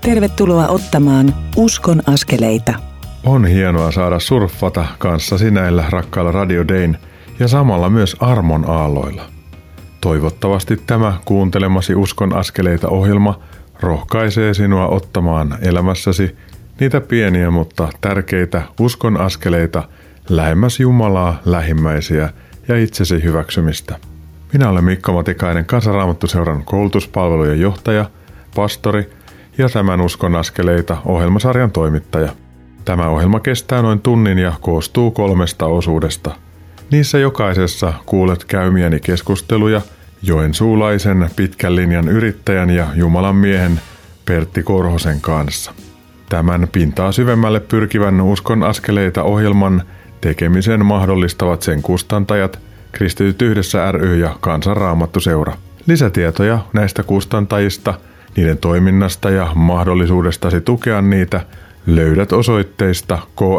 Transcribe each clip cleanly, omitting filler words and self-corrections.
Tervetuloa ottamaan Uskon askeleita. On hienoa saada surffata kanssasi näillä rakkailla Radio Dayn ja samalla myös armon aalloilla. Toivottavasti tämä kuuntelemasi Uskon askeleita -ohjelma rohkaisee sinua ottamaan elämässäsi niitä pieniä, mutta tärkeitä uskon askeleita lähemmäs Jumalaa, lähimmäisiä ja itsesi hyväksymistä. Minä olen Mikko Matikainen, Kansanraamattuseuran koulutuspalvelujen johtaja, pastori ja tämän Uskon askeleita -ohjelmasarjan toimittaja. Tämä ohjelma kestää noin tunnin ja koostuu 3 osuudesta. Niissä jokaisessa kuulet käymiäni keskusteluja joensuulaisen pitkän linjan yrittäjän ja Jumalan miehen Pertti Korhosen kanssa. Tämän pintaa syvemmälle pyrkivän Uskon askeleita -ohjelman tekemisen mahdollistavat sen kustantajat Kristityt yhdessä ry ja Kansanraamattuseura. Lisätietoja näistä kustantajista, niiden toiminnasta ja mahdollisuudestasi tukea niitä löydät osoitteista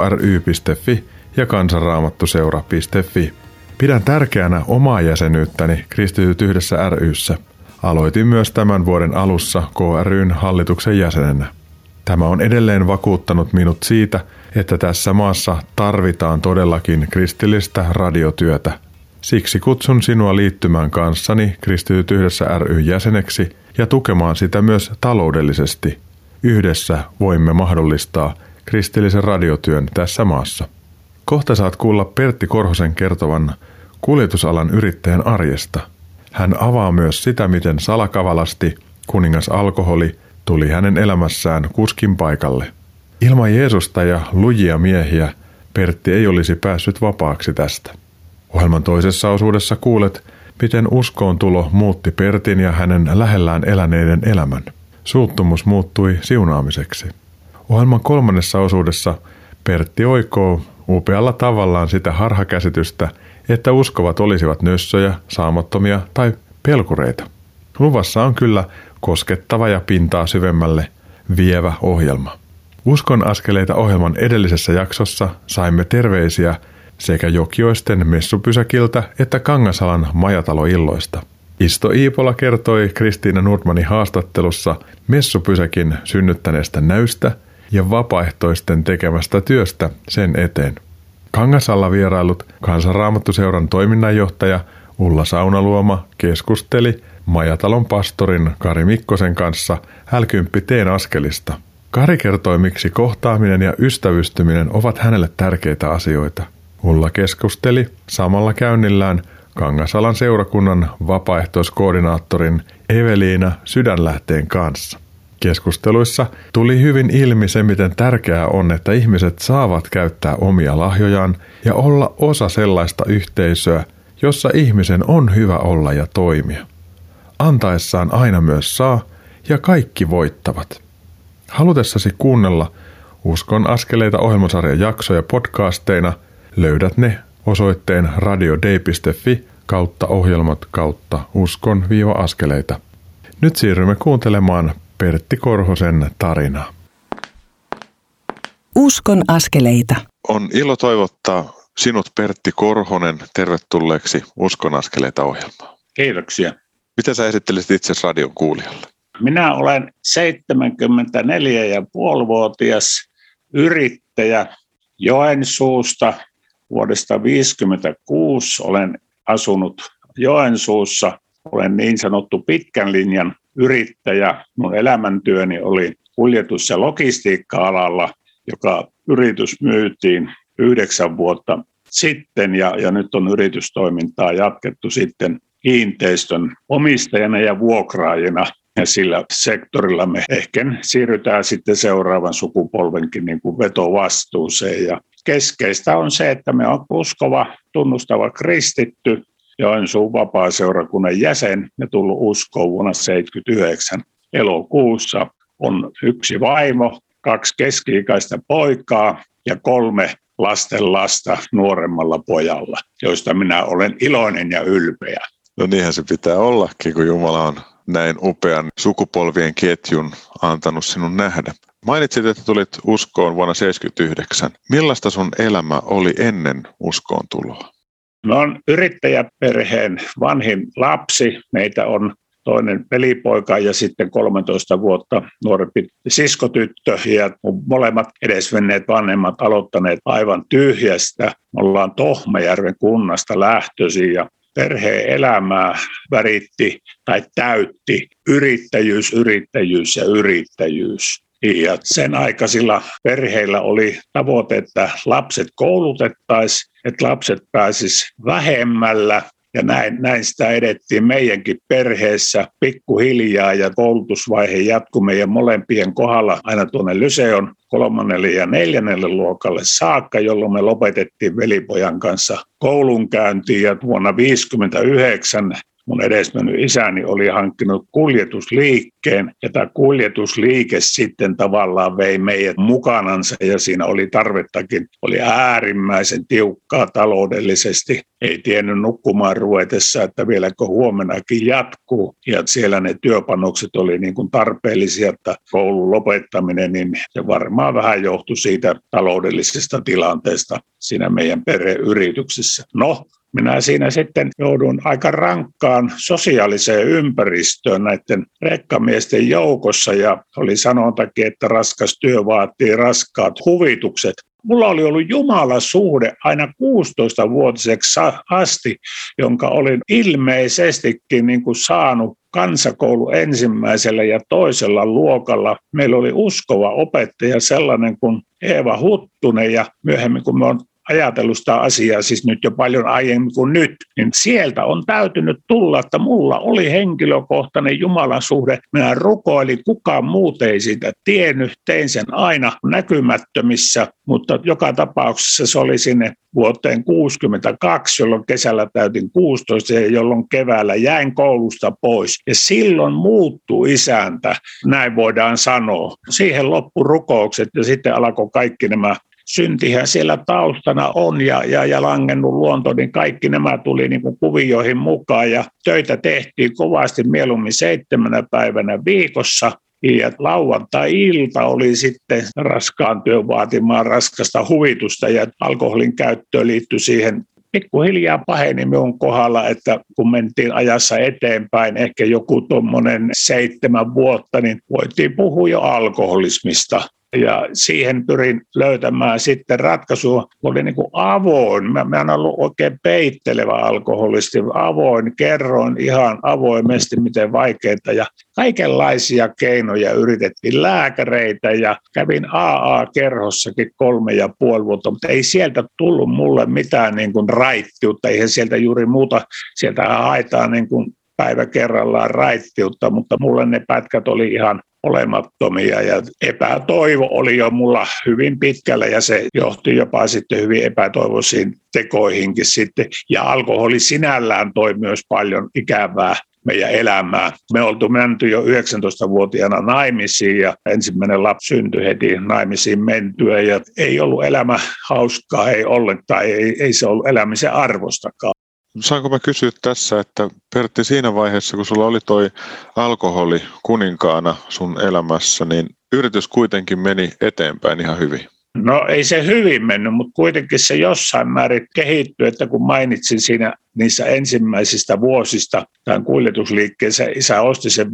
kry.fi ja kansanraamattuseura.fi. Pidän tärkeänä omaa jäsenyyttäni Kristityt yhdessä ry:ssä. Aloitin myös tämän vuoden alussa KRY:n hallituksen jäsenenä. Tämä on edelleen vakuuttanut minut siitä, että tässä maassa tarvitaan todellakin kristillistä radiotyötä. Siksi kutsun sinua liittymään kanssani Kristityt yhdessä ry:n jäseneksi ja tukemaan sitä myös taloudellisesti. Yhdessä voimme mahdollistaa kristillisen radiotyön tässä maassa. Kohta saat kuulla Pertti Korhosen kertovan kuljetusalan yrittäjän arjesta. Hän avaa myös sitä, miten salakavalasti kuningas alkoholi tuli hänen elämässään kuskin paikalle. Ilman Jeesusta ja lujia miehiä Pertti ei olisi päässyt vapaaksi tästä. Ohjelman toisessa osuudessa kuulet, miten uskoon tulo muutti Pertin ja hänen lähellään eläneiden elämän. Suuttumus muuttui siunaamiseksi. Ohjelman 3. osuudessa Pertti oikoo upealla tavallaan sitä harhakäsitystä, että uskovat olisivat nössöjä, saamattomia tai pelkureita. Luvassa on kyllä koskettava ja pintaa syvemmälle vievä ohjelma. Uskon askeleita -ohjelman edellisessä jaksossa saimme terveisiä sekä Jokioisten messupysäkiltä että Kangasalan majataloilloista. Isto Iipola kertoi Kristiina Nordmanin haastattelussa messupysäkin synnyttäneestä näystä ja vapaaehtoisten tekemästä työstä sen eteen. Kangasalla vierailut Kansanraamattuseuran toiminnanjohtaja Ulla Saunaluoma keskusteli majatalon pastorin Kari Mikkosen kanssa L10 askelista. Kari kertoi, miksi kohtaaminen ja ystävystyminen ovat hänelle tärkeitä asioita. Ulla keskusteli samalla käynnillään Kangasalan seurakunnan vapaaehtoiskoordinaattorin Eveliina Sydänlähteen kanssa. Keskusteluissa tuli hyvin ilmi se, miten tärkeää on, että ihmiset saavat käyttää omia lahjojaan ja olla osa sellaista yhteisöä, jossa ihmisen on hyvä olla ja toimia. Antaessaan aina myös saa ja kaikki voittavat. Halutessasi kuunnella Uskon askeleita -ohjelmasarjan jaksoja podcasteina löydät ne osoitteen radioday.fi/ohjelmat/uskon-askeleita. Nyt siirrymme kuuntelemaan Pertti Korhosen tarinaa. Uskon askeleita. On ilo toivottaa sinut, Pertti Korhonen, tervetulleeksi Uskon askeleita -ohjelmaan. Kiitoksia. Miten sä esittelisit itsesi radion kuulijalle? Minä olen 74,5-vuotias yrittäjä Joensuusta. Vuodesta 1956 olen asunut Joensuussa. Olen niin sanottu pitkän linjan yrittäjä. Mun elämäntyöni oli kuljetus- ja logistiikka-alalla, joka yritys myytiin 9 vuotta sitten ja nyt on yritystoimintaa jatkettu sitten kiinteistön omistajana ja vuokraajina. Ja sillä sektorilla me ehkä siirrytään sitten seuraavan sukupolvenkin niin kuin vetovastuuseen. Ja keskeistä on se, että me on uskova, tunnustava kristitty, Joensuun vapaaseurakunnan jäsen ja tullut uskoon vuonna 1979 elokuussa. On 1 vaimo, 2 keski-ikäistä poikaa ja 3 lastenlasta nuoremmalla pojalla, joista minä olen iloinen ja ylpeä. No niinhän se pitää ollakin, kun Jumala on näin upean sukupolvien ketjun antanut sinun nähdä. Mainitsit, että tulit uskoon vuonna 1979. Millaista sun elämä oli ennen uskoon tuloa? Mä olen yrittäjäperheen vanhin lapsi. Meitä on toinen velipoika ja sitten 13 vuotta nuorempi siskotyttö. Ja molemmat edesmenneet vanhemmat aloittaneet aivan tyhjästä. Me ollaan Tohmajärven kunnasta lähtöisin ja perheen elämää väritti tai täytti yrittäjyys, yrittäjyys ja yrittäjyys. Ja sen aikaisilla perheillä oli tavoite, että lapset koulutettaisiin, että lapset pääsisivät vähemmällä. Ja näin sitä edettiin meidänkin perheessä pikkuhiljaa ja koulutusvaihe jatkui meidän molempien kohdalla aina tuonne Lyseon 3. ja 4. luokalle saakka, jolloin me lopetettiin velipojan kanssa koulunkäyntiin ja vuonna 1959 mun edesmennyt isäni oli hankkinut kuljetusliikkeen ja tämä kuljetusliike sitten tavallaan vei meidät mukanansa ja siinä oli tarvettakin, oli äärimmäisen tiukkaa taloudellisesti. Ei tiennyt nukkumaan ruvetessa, että vieläkö huomenakin jatkuu ja siellä ne työpanokset oli niin kuin tarpeellisia, että koulun lopettaminen, niin se varmaan vähän johtui siitä taloudellisesta tilanteesta siinä meidän perheyrityksessä. No, minä siinä sitten joudun aika rankkaan sosiaaliseen ympäristöön näiden rekkamiesten joukossa ja oli sanontakin, että raskas työ vaatii raskaat huvitukset. Mulla oli ollut jumalasuhde aina 16-vuotiseksi asti, jonka olin ilmeisestikin niin kuin saanut kansakoulu ensimmäisellä ja toisella luokalla. Meillä oli uskova opettaja sellainen kuin Eeva Huttunen ja myöhemmin kun me on ajatellut sitä asiaa siis nyt jo paljon aiemmin kuin nyt, niin sieltä on täytynyt tulla, että mulla oli henkilökohtainen jumalasuhde. Minä rukoilin, kukaan muut ei siitä tiennyt, tein sen aina näkymättömissä, mutta joka tapauksessa se oli sinne vuoteen 1962, jolloin kesällä täytin 16 ja jolloin keväällä jäin koulusta pois. Ja silloin muuttui isäntä, näin voidaan sanoa. Siihen loppu rukoukset ja sitten alkoi kaikki nämä syntihän siellä taustana on ja langennut luonto, niin kaikki nämä tuli niin kuin kuvioihin mukaan ja töitä tehtiin kovasti mieluummin 7 päivänä viikossa. Ja lauantai-ilta oli sitten raskaan työn vaatimaan raskasta huvitusta ja alkoholin käyttöön liittyi siihen. Pikkuhiljaa paheni minun kohdalla, että kun mentiin ajassa eteenpäin, ehkä joku tuommoinen 7 vuotta, niin voitiin puhua jo alkoholismista. Ja siihen pyrin löytämään sitten ratkaisua. Oli niin kuin avoin. Mä en ollut oikein peittelevä alkoholisti. Avoin, kerroin ihan avoimesti, miten vaikeita. Ja kaikenlaisia keinoja yritettiin, lääkäreitä ja kävin AA-kerhossakin 3,5 vuotta, mutta ei sieltä tullut mulle mitään niin kuin raittiutta. Eihän sieltä juuri muuta, sieltä haetaan niin kuin päivä kerrallaan raittiutta, mutta mulle ne pätkät oli ihan olemattomia ja epätoivo oli jo mulla hyvin pitkällä ja se johti jopa sitten hyvin epätoivoisiin tekoihinkin sitten. Ja alkoholi sinällään toi myös paljon ikävää meidän elämää. Me oltu menty jo 19-vuotiaana naimisiin ja ensimmäinen lapsi syntyi heti naimisiin mentyä ja ei ollut elämä hauskaa, ei ollenkaan, ei se ollut elämisen arvostakaan. Saanko mä kysyä tässä, että Pertti, siinä vaiheessa, kun sulla oli toi alkoholi kuninkaana sun elämässä, niin yritys kuitenkin meni eteenpäin ihan hyvin? No ei se hyvin mennyt, mutta kuitenkin se jossain määrin kehittyi, että kun mainitsin siinä niissä ensimmäisistä vuosista tämän kuljetusliikkeessä, isä osti sen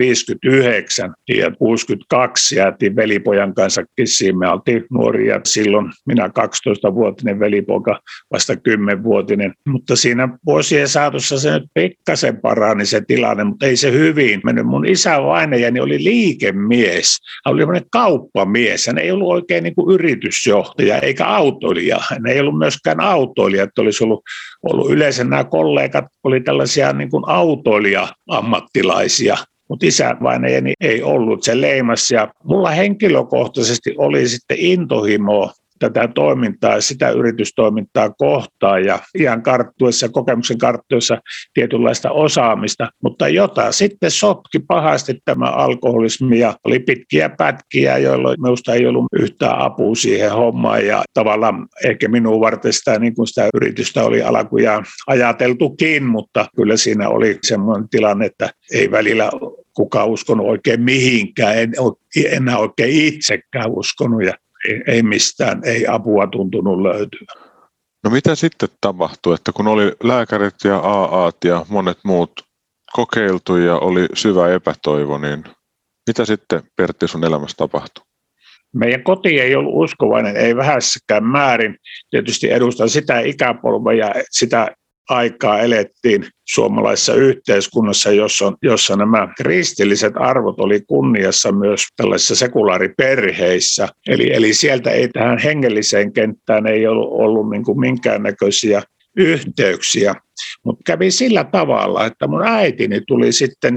59 ja 62 jäätiin velipojan kanssa kissiin. Me oltiin nuoria silloin, minä 12-vuotinen, velipoika vasta 10-vuotinen, mutta siinä vuosien saatossa se nyt pikkasen parani se tilanne, mutta ei se hyvin mennyt. Mun isä vainajani oli liikemies, hän oli kauppamies, hän ei ollut oikein niin kuin yritysjohtaja eikä autoilija, hän ei ollut myöskään autoilija, että olisi ollut yleensä nämä kollegat oli tällaisia niin kuin autoilija-ammattilaisia, mutta isävainajani ei ollut, se leimas ja mulla henkilökohtaisesti oli sitten intohimo tätä toimintaa, sitä yritystoimintaa kohtaan ja iän karttuessa, kokemuksen karttuessa tietynlaista osaamista, mutta jota sitten sotki pahasti tämä alkoholismi ja oli pitkiä pätkiä, jolloin minusta ei ollut yhtään apua siihen hommaan ja tavallaan ehkä minun varten sitä, niin kuin sitä yritystä oli alkujaan ajateltukin, mutta kyllä siinä oli semmoinen tilanne, että ei välillä kukaan uskonut oikein mihinkään, en enää oikein itsekään uskonut ja ei mistään, ei apua tuntunut löytyä. No mitä sitten tapahtui, että kun oli lääkärit ja AAt ja monet muut kokeiltu ja oli syvä epätoivo, niin mitä sitten, Pertti, sun elämässä tapahtui? Meidän koti ei ollut uskovainen, ei vähässäkään määrin. Tietysti edustan sitä ikäpolvea ja sitä aikaa elettiin suomalaisessa yhteiskunnassa, jossa nämä kristilliset arvot oli kunniassa myös tällaisissa sekulaariperheissä. Eli sieltä ei tähän hengelliseen kenttään ei ollut niin kuin minkäännäköisiä yhteyksiä. Mutta kävi sillä tavalla, että mun äitini tuli sitten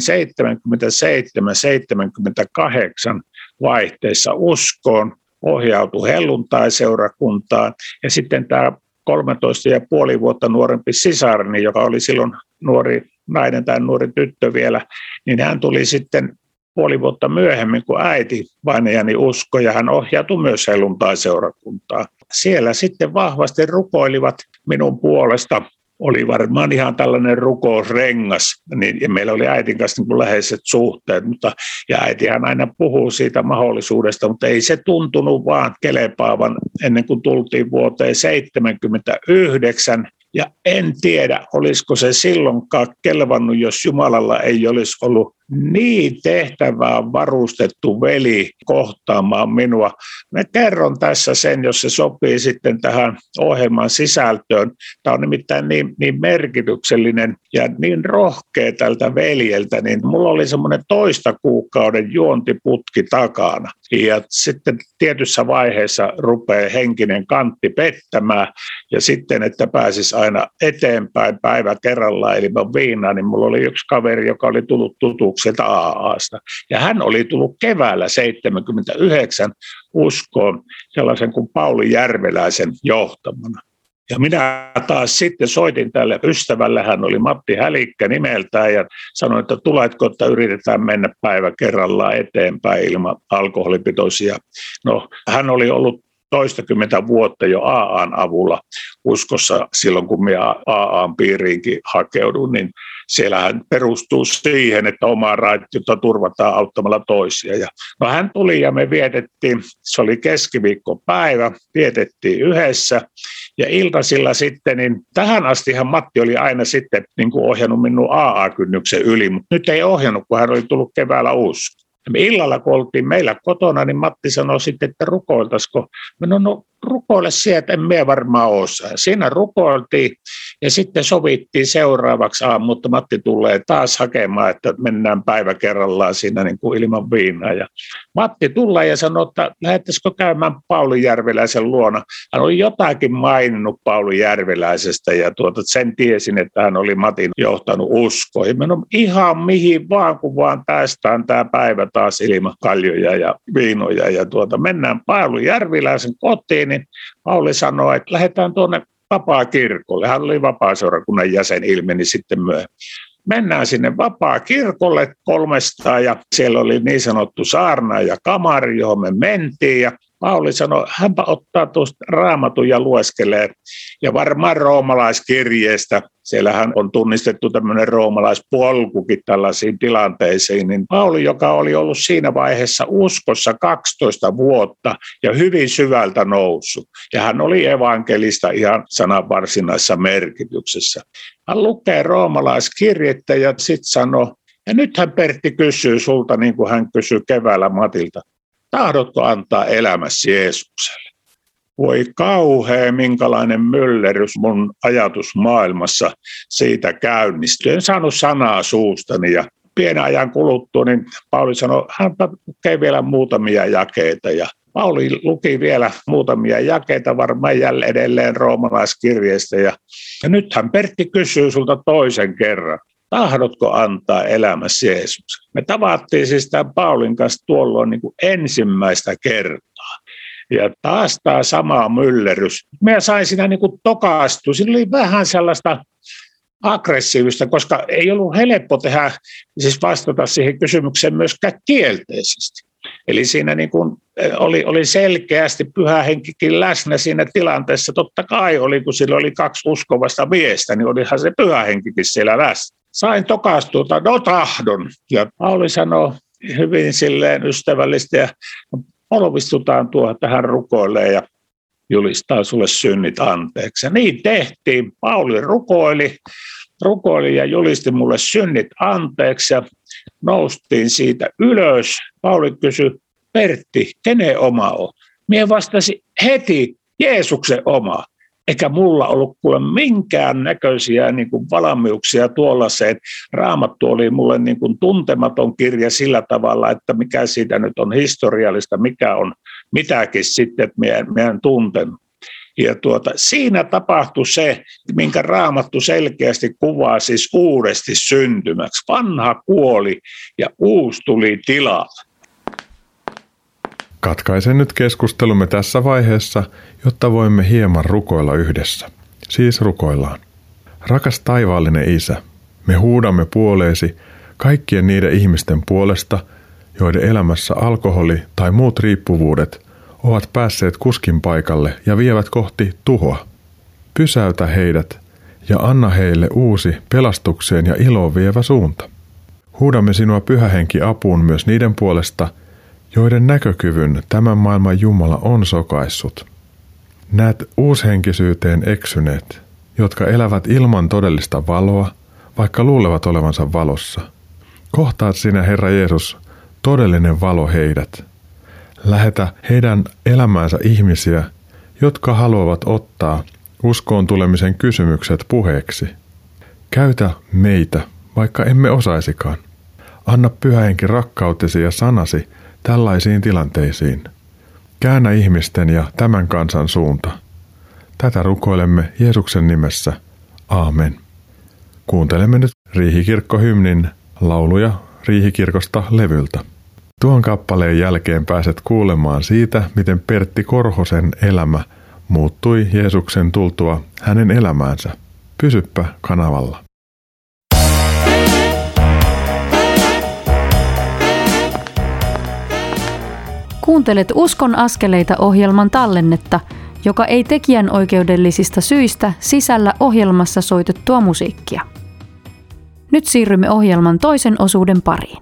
77-78 vaihteessa uskoon, ohjautui helluntaiseurakuntaan ja sitten tämä 13,5 vuotta nuorempi sisarni, joka oli silloin nuori nainen tai nuori tyttö vielä, niin hän tuli sitten puoli vuotta myöhemmin kuin äiti vainajani usko ja hän ohjautui myös helluntaiseurakuntaan. Siellä sitten vahvasti rukoilivat minun puolesta. Oli varmaan ihan tällainen rukousrengas, niin, ja meillä oli äitin kanssa niin kuin läheiset suhteet, ja äitihän aina puhuu siitä mahdollisuudesta, mutta ei se tuntunut vaan kelepaavan ennen kuin tultiin vuoteen 1979, ja en tiedä, olisiko se silloinkaan kelvannut, jos Jumalalla ei olisi ollut niin tehtävää varustettu veli kohtaamaan minua. Mä kerron tässä sen, jos se sopii sitten tähän ohjelman sisältöön. Tämä on nimittäin niin merkityksellinen ja niin rohkea tältä veljeltä, niin mulla oli semmoinen 2 kuukauden juontiputki takana. Ja sitten tietyssä vaiheessa rupeaa henkinen kantti pettämään ja sitten, että pääsisi aina eteenpäin päivä kerrallaan ilman viinaa, niin mulla oli yksi kaveri, joka oli tullut tutuksi sieltä AA:sta. Ja hän oli tullut keväällä 1979 uskoon sellaisen kuin Pauli Järveläisen johtamana. Ja minä taas sitten soitin tälle ystävälle, hän oli Matti Hälikkä nimeltään ja sanoin, että tuletko, että yritetään mennä päivä kerrallaan eteenpäin ilman alkoholipitoisia. No, hän oli ollut toistakymmentä vuotta jo AA:n avulla uskossa silloin, kun minä AA:n piiriinkin hakeudun, niin siellähän perustuu siihen, että omaa raittiutta turvataan auttamalla toisia. Ja, no hän tuli ja me vietettiin, se oli keskiviikkopäivä, vietettiin yhdessä ja iltasilla sitten, niin tähän astihan Matti oli aina sitten niin kuin ohjannut minun AA-kynnyksen yli, mutta nyt ei ohjannut, kun hän oli tullut keväällä usko. Me illalla, kun oltiin meillä kotona, niin Matti sanoi sitten, että rukoiltaisiko. No rukoile sieltä, en minä varmaan osaa. Siinä rukoiltiin ja sitten sovittiin seuraavaksi mutta Matti tulee taas hakemaan, että mennään päivä kerrallaan siinä niin kuin ilman viinaa. Ja Matti tulee ja sanoi, että lähdettäisikö käymään Pauli Järveläisen luona. Hän oli jotakin maininnut Pauli Järveläisestä ja sen tiesin, että hän oli Matin johtanut uskoa. No ihan mihin vaan, kun vaan päästään tämä päivä taas ilman kaljoja ja viinoja. Ja mennään Pauli Järveläisen kotiin, niin Pauli sanoi, että lähdetään tuonne Vapaa-kirkolle. Hän oli Vapaa-seurakunnan jäsen, ilmeni sitten myöhemmin. Mennään sinne Vapaa-kirkolle 300 ja siellä oli niin sanottu saarna ja kamari, johon me mentiin ja Pauli sanoi, hänpä ottaa tuosta Raamatun ja lueskelee ja varmaan roomalaiskirjeestä. Siellähän on tunnistettu tämmöinen roomalaispolkukin tällaisiin tilanteisiin. Niin Pauli, joka oli ollut siinä vaiheessa uskossa 12 vuotta ja hyvin syvältä noussut. Ja hän oli evankelista ihan sanan varsinaisessa merkityksessä. Hän lukee roomalaiskirjettä ja sitten sanoi, ja nythän Pertti kysyy sulta niin kuin hän kysyi keväällä Matilta. Tahdotko antaa elämäsi Jeesukselle? Voi kauhea, minkälainen myllerys mun ajatusmaailmassa siitä käynnistyi. En saanut sanaa suustani ja pienen ajan kuluttua, niin Pauli sanoi, hänpä lukee vielä muutamia jakeita. Ja Pauli luki vielä muutamia jakeita varmaan jälleen edelleen roomalaiskirjeestä. Ja nythän Pertti kysyy sulta toisen kerran. Tahdotko antaa elämäsi Jeesukselle? Me tavattiin siis tämän Paulin kanssa tuolloin niin kuin ensimmäistä kertaa. Ja taas tämä sama myllerys. Mä sain siinä niin kuin tokastua. Siinä oli vähän sellaista aggressiivista, koska ei ollut helppo tehdä, siis vastata siihen kysymykseen myöskään kielteisesti. Eli siinä niin kuin oli selkeästi pyhä henkikin läsnä siinä tilanteessa. Totta kai oli, kun sillä oli 2 uskovasta miestä, niin olihan se pyhä henkikin siellä läsnä. Sain tokastua, no tahdon. Ja Pauli sanoi hyvin silleen ystävällisesti, ja polvistutaan tähän rukoilemaan ja julistaa sulle synnit anteeksi. Ja niin tehtiin. Pauli rukoili rukoili ja julisti mulle synnit anteeksi ja noustiin siitä ylös. Pauli kysyi, Pertti, kenen oma on? Mie vastasin heti, Jeesuksen oma. Eikä mulla ollut kuule minkään näköisiä niin kuin valmiuksia tuollaiseen. Raamattu oli mulle niin kuin tuntematon kirja sillä tavalla, että mikä siitä nyt on historiallista, mikä on mitäkin sitten, että minä en tuntenut. Ja siinä tapahtui se, minkä Raamattu selkeästi kuvaa siis uudesti syntymäksi. Vanha kuoli ja uusi tuli tilalle. Katkaisen nyt keskustelumme tässä vaiheessa, jotta voimme hieman rukoilla yhdessä. Siis rukoillaan. Rakas taivaallinen Isä, me huudamme puoleesi kaikkien niiden ihmisten puolesta, joiden elämässä alkoholi tai muut riippuvuudet ovat päässeet kuskin paikalle ja vievät kohti tuhoa. Pysäytä heidät ja anna heille uusi pelastukseen ja iloon vievä suunta. Huudamme sinua Pyhä Henki apuun myös niiden puolesta, joiden näkökyvyn tämän maailman Jumala on sokaissut. Näet uushenkisyyteen eksyneet, jotka elävät ilman todellista valoa, vaikka luulevat olevansa valossa. Kohtaat sinä, Herra Jeesus, todellinen valo heidät. Lähetä heidän elämäänsä ihmisiä, jotka haluavat ottaa uskoon tulemisen kysymykset puheeksi. Käytä meitä, vaikka emme osaisikaan. Anna Pyhä Henki rakkautesi ja sanasi tällaisiin tilanteisiin. Käännä ihmisten ja tämän kansan suunta. Tätä rukoilemme Jeesuksen nimessä. Aamen. Kuuntelemme nyt Riihikirkko-hymnin lauluja Riihikirkosta levyltä. Tuon kappaleen jälkeen pääset kuulemaan siitä, miten Pertti Korhosen elämä muuttui Jeesuksen tultua hänen elämäänsä. Pysyppä kanavalla. Kuuntelet Uskon askeleita -ohjelman tallennetta, joka ei tekijänoikeudellisista syistä sisällä ohjelmassa soitettua musiikkia. Nyt siirrymme ohjelman toisen osuuden pariin.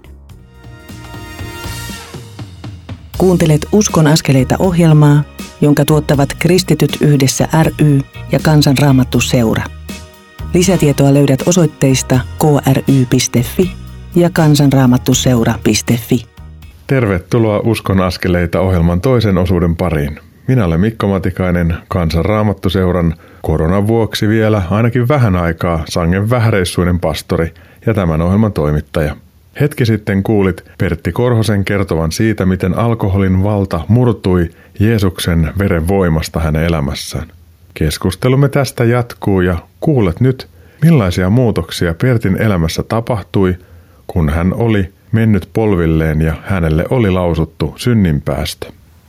Kuuntelet Uskon askeleita -ohjelmaa, jonka tuottavat Kristityt yhdessä ry ja Kansan Raamattu Seura. Lisätietoa löydät osoitteista kry.fi ja kansanraamattuseura.fi. Tervetuloa Uskon askeleita -ohjelman toisen osuuden pariin. Minä olen Mikko Matikainen, Kansan Raamattuseuran koronan vuoksi vielä ainakin vähän aikaa sangen vähäreissuinen pastori ja tämän ohjelman toimittaja. Hetki sitten kuulit Pertti Korhosen kertovan siitä, miten alkoholin valta murtui Jeesuksen veren voimasta hänen elämässään. Keskustelumme tästä jatkuu ja kuulet nyt, millaisia muutoksia Pertin elämässä tapahtui, kun hän oli mennyt polvilleen ja hänelle oli lausuttu synninpäästö.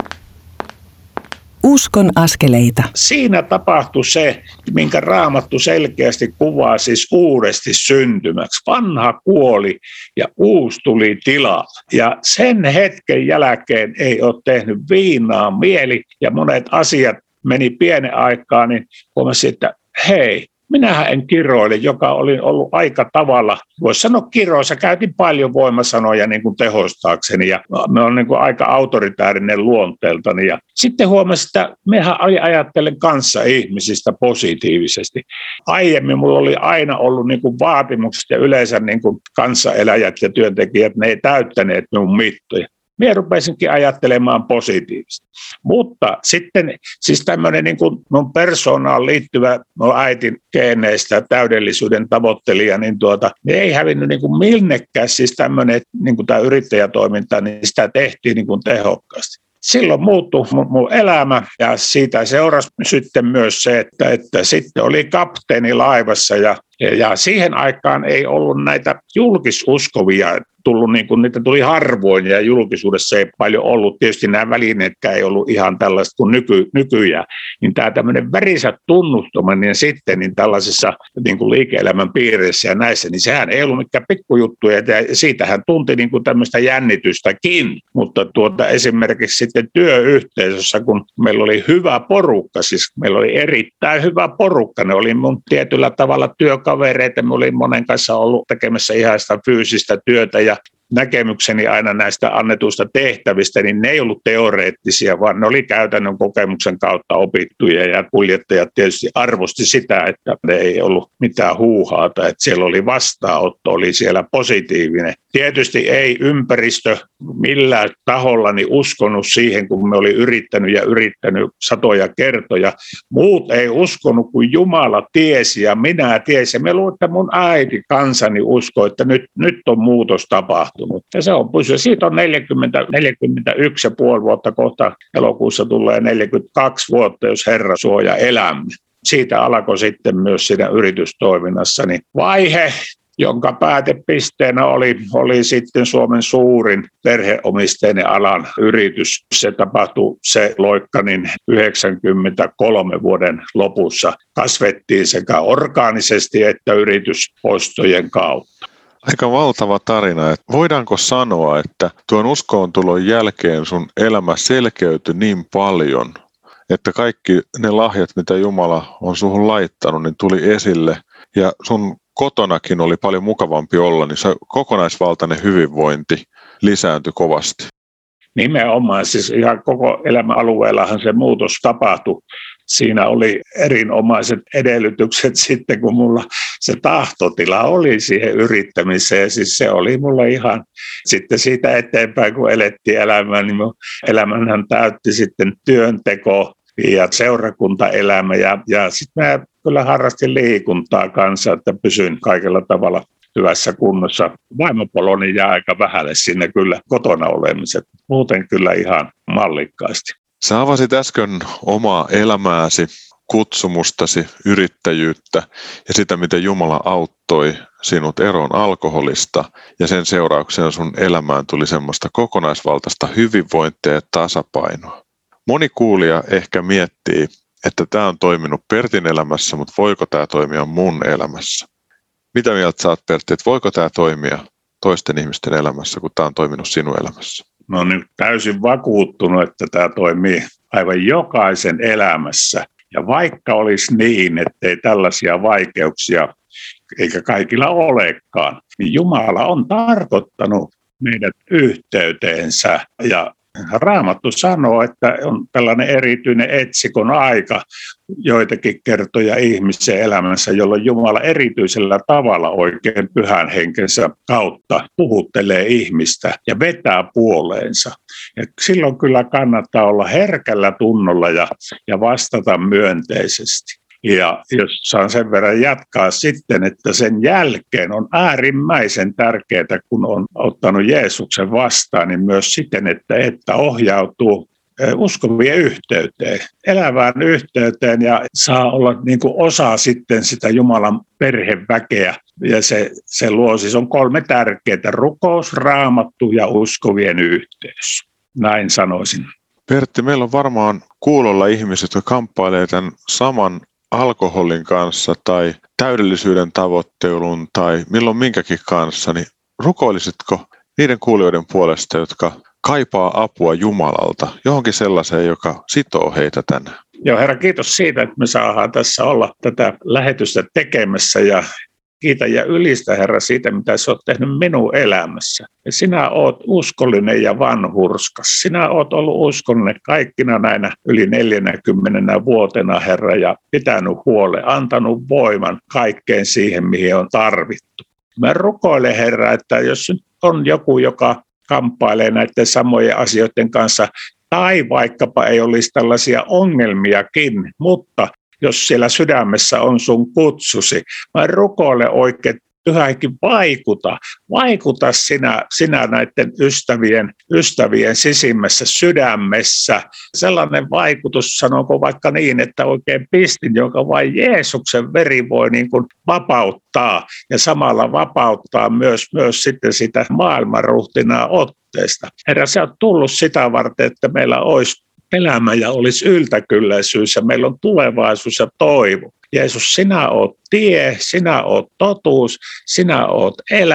Uskon askeleita. Siinä tapahtui se, minkä Raamattu selkeästi kuvaa siis uudesti syntymäksi. Vanha kuoli ja uusi tuli tilalle. Ja sen hetken jälkeen ei ole tehnyt viinaa mieli ja monet asiat meni pienen aikaa, niin huomasin, että hei, minähän en kiroile, joka oli ollut aika tavalla, voisi sanoa kiroissa, käytin paljon voimasanoja niin kuin tehostaakseni ja me on niin kuin aika autoritäärinen luonteeltani. Ja sitten huomasin, että mehän ajattelen kanssa ihmisistä positiivisesti. Aiemmin mulla oli aina ollut niin kuin vaatimukset ja yleensä niin kuin kanssaeläjät ja työntekijät, ne ei täyttäneet minun mittoja. Minä rupesinkin ajattelemaan positiivisesti. Mutta sitten siis tämmöinen niin kuin mun persoonaan liittyvä mun äitin geeneistä täydellisyyden tavoittelija, niin ei hävinnyt niin kuin minnekään siis tämmöinen niin kuin tämä yrittäjätoiminta, niin sitä tehtiin niin kuin tehokkaasti. Silloin muuttui mun elämä ja siitä seurasi sitten myös se, että sitten oli kapteeni laivassa ja siihen aikaan ei ollut näitä julkisuskovia tullut, niin kuin niitä tuli harvoin ja julkisuudessa ei paljon ollut. Tietysti nämä välineetkään ei ollut ihan tällaista kuin nykyään. Niin tämä tämmöinen värisä tunnustaminen sitten niin tällaisissa niin kuin liike-elämän piireissä ja näissä, niin sehän ei ollut mikään pikkujuttuja ja siitähän tunti niin kuin tämmöistä jännitystäkin. Mutta esimerkiksi sitten työyhteisössä, kun meillä oli hyvä porukka, siis meillä oli erittäin hyvä porukka, ne oli mun tietyllä tavalla työkavereita, me olin monen kanssa ollut tekemässä ihan sitä fyysistä työtä ja näkemykseni aina näistä annetuista tehtävistä, niin ne ei ollut teoreettisia, vaan ne oli käytännön kokemuksen kautta opittuja, ja kuljettajat tietysti arvosti sitä, että ne ei ollut mitään huuhaata, että siellä oli vastaanotto, oli siellä positiivinen. Tietysti ei ympäristö millään tahollani uskonut siihen, kun me oli yrittänyt satoja kertoja. Muut ei uskonut, kun Jumala tiesi ja minä tiesin. Me luulen, että mun äiti kansani uskoi, että nyt on muutos tapahtunut. Ja se on pysynyt. Siitä on 41,5 vuotta, kohta elokuussa tulee 42 vuotta, jos Herra suoja elämme. Siitä alkoi sitten myös siinä yritystoiminnassani vaihe, jonka päätepisteenä oli sitten Suomen suurin perheomisteinen alan yritys. Se tapahtui se loikka 93 vuoden lopussa. Kasvettiin sekä orgaanisesti että yritysostojen kautta. Aika valtava tarina. Voidaanko sanoa, että tuon uskontulon jälkeen sun elämä selkeytyi niin paljon, että kaikki ne lahjat, mitä Jumala on suhun laittanut, niin tuli esille ja sun kotonakin oli paljon mukavampi olla, niin se kokonaisvaltainen hyvinvointi lisääntyi kovasti. Nimenomaan, siis ihan koko elämän alueellahan se muutos tapahtui. Siinä oli erinomaiset edellytykset sitten, kun mulla se tahtotila oli siihen yrittämiseen. Siis se oli mulla ihan sitten siitä eteenpäin, kun elettiin elämää, niin mun elämänhän täytti sitten työnteko ja seurakuntaelämä. Ja sitten mä kyllä harrastin liikuntaa kanssa, että pysyin kaikella tavalla hyvässä kunnossa. Vaimopoloni jää aika vähälle sinne kyllä kotona olemiset. Muuten kyllä ihan mallikkaasti. Sä avasit äsken omaa elämääsi, kutsumustasi, yrittäjyyttä ja sitä, miten Jumala auttoi sinut eroon alkoholista ja sen seurauksena sun elämään tuli semmoista kokonaisvaltaista hyvinvointia ja tasapainoa. Moni kuulija ehkä miettii, että tämä on toiminut Pertin elämässä, mutta voiko tämä toimia mun elämässä? Mitä mieltä sä oot, Pertti, että voiko tämä toimia toisten ihmisten elämässä, kun tämä on toiminut sinun elämässä? Mä oon nyt täysin vakuuttunut, että tämä toimii aivan jokaisen elämässä. Ja vaikka olisi niin, ettei tällaisia vaikeuksia, eikä kaikilla olekaan, niin Jumala on tarkoittanut meidät yhteyteensä. Ja Raamattu sanoo, että on tällainen erityinen etsikon aika joitakin kertoja ihmisen elämässä, jolloin Jumala erityisellä tavalla oikein pyhän henkensä kautta puhuttelee ihmistä ja vetää puoleensa. Ja silloin kyllä kannattaa olla herkällä tunnolla ja vastata myönteisesti. Ja jos saan sen verran jatkaa sitten, että sen jälkeen on äärimmäisen tärkeää, kun on ottanut Jeesuksen vastaan, niin myös siten, että ohjautuu uskovien yhteyteen, elävään yhteyteen ja saa olla niin kuin osa sitten sitä Jumalan perheväkeä. Ja se luo siis on 3 tärkeää: rukous, raamattu ja uskovien yhteys. Näin sanoisin. Pertti, meillä on varmaan kuulolla ihmiset, jotka kamppailevat tämän saman alkoholin kanssa tai täydellisyyden tavoittelun tai milloin minkäkin kanssa, niin rukoilisitko niiden kuulijoiden puolesta, jotka kaipaa apua Jumalalta, johonkin sellaiseen, joka sitoo heitä tänään? Joo, Herra, kiitos siitä, että me saadaan tässä olla tätä lähetystä tekemässä ja kiitän ja ylistä, Herra, siitä, mitä sä oot tehnyt minun elämässä. Ja sinä oot uskollinen ja vanhurskas. Sinä oot ollut uskollinen kaikkina näinä yli 40 vuotena, Herra, ja pitänyt huolen, antanut voiman kaikkeen siihen, mihin on tarvittu. Mä rukoilen, Herra, että jos on joku, joka kamppailee näiden samojen asioiden kanssa, tai vaikkapa ei olisi tällaisia ongelmiakin, mutta jos siellä sydämessä on sun kutsusi, mä rukoilen oikein, Pyhäkin vaikuta sinä näiden ystävien sisimmässä sydämessä. Sellainen vaikutus, sanonko vaikka niin, että oikein pistin, jonka vain Jeesuksen veri voi niin kuin vapauttaa ja samalla vapauttaa myös sitten sitä maailmanruhtinaa otteesta. Herra, sä oot tullut sitä varten, että meillä olisi elämä ja olisi yltäkylläisyys ja meillä on tulevaisuus ja toivo. Jeesus, sinä oot tie, sinä oot totuus, sinä oot elämä.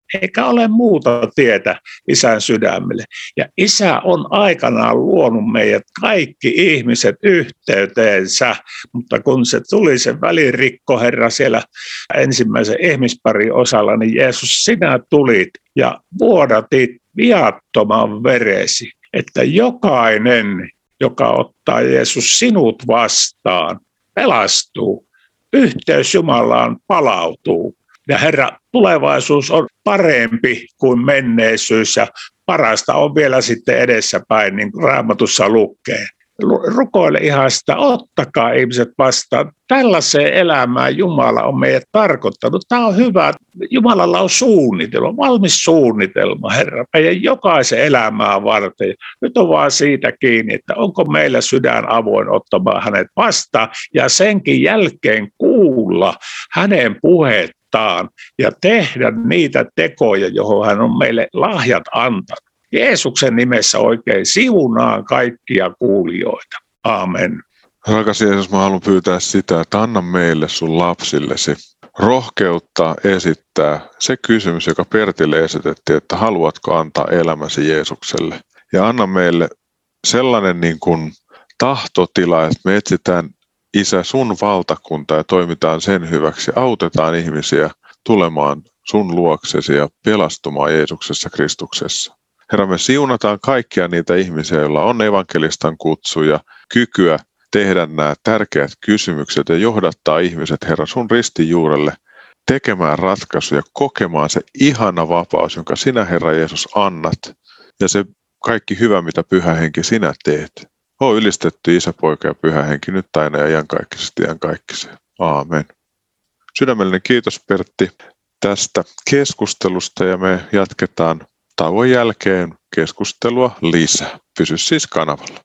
eikä ole muuta tietä Isän sydämelle. Ja Isä on aikanaan luonut meidät kaikki ihmiset yhteyteensä, mutta kun se tuli se välirikko, Herra, siellä ensimmäisen ihmisparin osalla, niin Jeesus, sinä tulit ja vuodatit viattoman veresi, että jokainen, joka ottaa Jeesus sinut vastaan, pelastuu. Yhteys Jumalaan palautuu. Ja Herra, tulevaisuus on parempi kuin menneisyys ja parasta on vielä sitten edessäpäin, niin kuin Raamatussa lukee. Rukoile ihan sitä, ottakaa ihmiset vastaan. Tällaiseen elämään Jumala on meidät tarkoittanut. Tämä on hyvä. Jumalalla on suunnitelma, valmis suunnitelma, Herra, meidän jokaisen elämää varten. Nyt on vaan siitä kiinni, että onko meillä sydän avoin ottamaan hänet vastaan ja senkin jälkeen kuulla hänen puheettaan ja tehdä niitä tekoja, johon hän on meille lahjat antanut. Jeesuksen nimessä oikein siunaan kaikkia kuulijoita. Amen. Rakas Jeesus, mä haluan pyytää sitä, että anna meille sun lapsillesi rohkeutta esittää se kysymys, joka Pertille esitettiin, että haluatko antaa elämäsi Jeesukselle. Ja anna meille sellainen niin kuin tahtotila, että me etsitään Isä sun valtakunta ja toimitaan sen hyväksi. Autetaan ihmisiä tulemaan sun luoksesi ja pelastumaan Jeesuksessa Kristuksessa. Herra, me siunataan kaikkia niitä ihmisiä, joilla on evankelistan kutsu ja kykyä tehdä nämä tärkeät kysymykset ja johdattaa ihmiset, Herra, sun ristin juurelle tekemään ratkaisuja, kokemaan se ihana vapaus, jonka sinä, Herra Jeesus, annat ja se kaikki hyvä, mitä Pyhä Henki sinä teet. Oo ylistetty Isä, Poika ja Pyhä Henki nyt aina ja iankaikkisesti iankaikkiseen. Aamen. Sydämellinen kiitos, Pertti, tästä keskustelusta ja me jatketaan tauon jälkeen keskustelua lisää. Pysy siis kanavalla.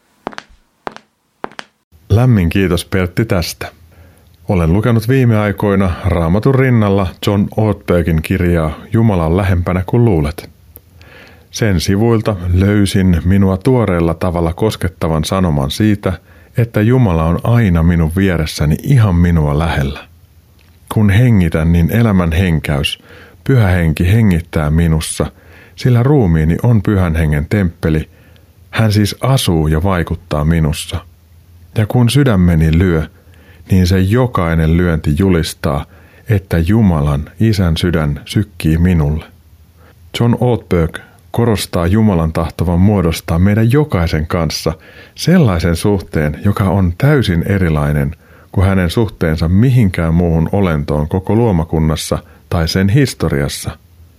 Lämmin kiitos, Pertti, tästä. Olen lukenut viime aikoina Raamatun rinnalla John Ortbergin kirjaa Jumalan lähempänä kuin luulet. Sen sivuilta löysin minua tuoreella tavalla koskettavan sanoman siitä, että Jumala on aina minun vieressäni ihan minua lähellä. Kun hengitän, niin elämän henkäys, Pyhä Henki hengittää minussa, sillä ruumiini on Pyhän Hengen temppeli, hän siis asuu ja vaikuttaa minussa. Ja kun sydämeni lyö, niin se jokainen lyönti julistaa, että Jumalan, Isän sydän sykkii minulle. John Ortberg korostaa Jumalan tahtovan muodostaa meidän jokaisen kanssa sellaisen suhteen, joka on täysin erilainen kuin hänen suhteensa mihinkään muuhun olentoon koko luomakunnassa tai sen historiassa.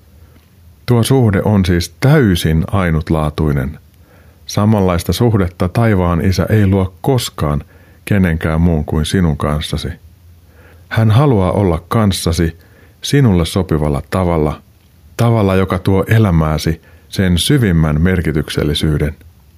Tuo suhde on siis täysin ainutlaatuinen. Samanlaista suhdetta taivaan Isä ei luo koskaan kenenkään muun kuin sinun kanssasi. Hän haluaa olla kanssasi sinulle sopivalla tavalla, tavalla, joka tuo elämääsi sen syvimmän merkityksellisyyden.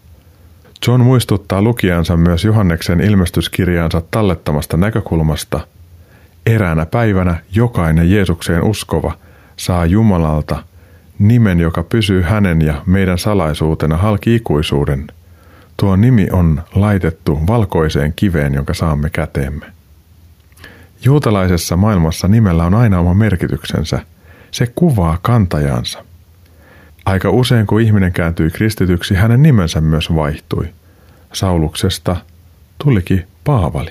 John muistuttaa lukijansa myös Johanneksen ilmestyskirjaansa tallettamasta näkökulmasta. Eräänä päivänä jokainen Jeesukseen uskova saa Jumalalta nimen, joka pysyy hänen ja meidän salaisuutena halki ikuisuuden. Tuo nimi on laitettu valkoiseen kiveen, jonka saamme käteemme. Juutalaisessa maailmassa nimellä on aina oma merkityksensä. Se kuvaa kantajansa. Aika usein, kun ihminen kääntyi kristityksi, hänen nimensä myös vaihtui. Sauluksesta tulikin Paavali.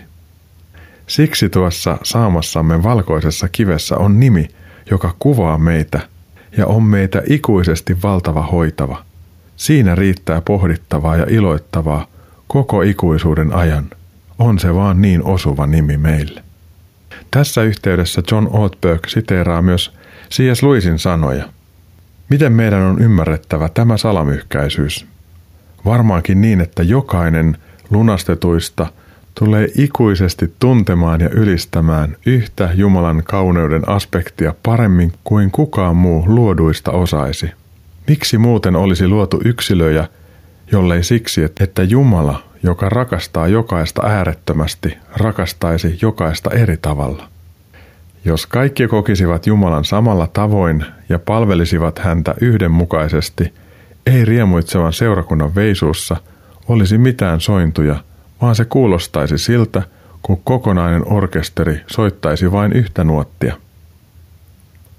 Siksi tuossa saamassamme valkoisessa kivessä on nimi, joka kuvaa meitä ja on meitä ikuisesti valtava hoitava. Siinä riittää pohdittavaa ja iloittavaa koko ikuisuuden ajan. On se vaan niin osuva nimi meille. Tässä yhteydessä John Ortberg siteeraa myös C.S. Lewisin sanoja. Miten meidän on ymmärrettävä tämä salamyhkäisyys? Varmaankin niin, että jokainen lunastetuista tulee ikuisesti tuntemaan ja ylistämään yhtä Jumalan kauneuden aspektia paremmin kuin kukaan muu luoduista osaisi. Miksi muuten olisi luotu yksilöjä, jollei siksi, että Jumala, joka rakastaa jokaista äärettömästi, rakastaisi jokaista eri tavalla? Jos kaikki kokisivat Jumalan samalla tavoin ja palvelisivat häntä yhdenmukaisesti, ei riemuitsevan seurakunnan veisuussa olisi mitään sointuja, vaan se kuulostaisi siltä, kun kokonainen orkesteri soittaisi vain yhtä nuottia.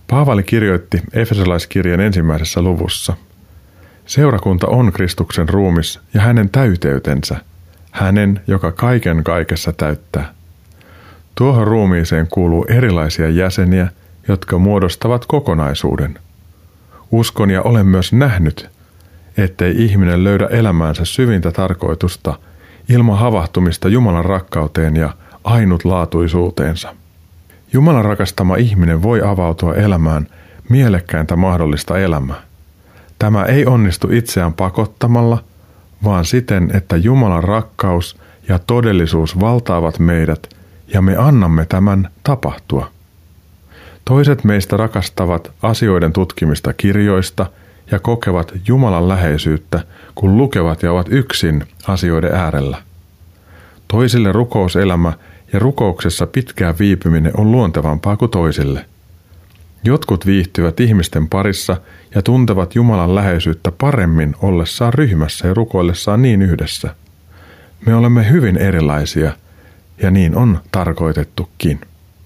Paavali kirjoitti Efesolaiskirjan 1. luvussa: Seurakunta on Kristuksen ruumis ja hänen täyteytensä, hänen, joka kaiken kaikessa täyttää. Tuohon ruumiiseen kuuluu erilaisia jäseniä, jotka muodostavat kokonaisuuden. Uskon ja olen myös nähnyt, ettei ihminen löydä elämäänsä syvintä tarkoitusta ilman havahtumista Jumalan rakkauteen ja ainutlaatuisuuteensa. Jumalan rakastama ihminen voi avautua elämään mielekkäintä mahdollista elämää. Tämä ei onnistu itseään pakottamalla, vaan siten, että Jumalan rakkaus ja todellisuus valtaavat meidät ja me annamme tämän tapahtua. Toiset meistä rakastavat asioiden tutkimista kirjoista ja kokevat Jumalan läheisyyttä, kun lukevat ja ovat yksin asioiden äärellä. Toisille rukouselämä ja rukouksessa pitkään viipyminen on luontevampaa kuin toisille. Jotkut viihtyvät ihmisten parissa ja tuntevat Jumalan läheisyyttä paremmin ollessaan ryhmässä ja rukoillessaan niin yhdessä. Me olemme hyvin erilaisia ja niin on tarkoitettukin.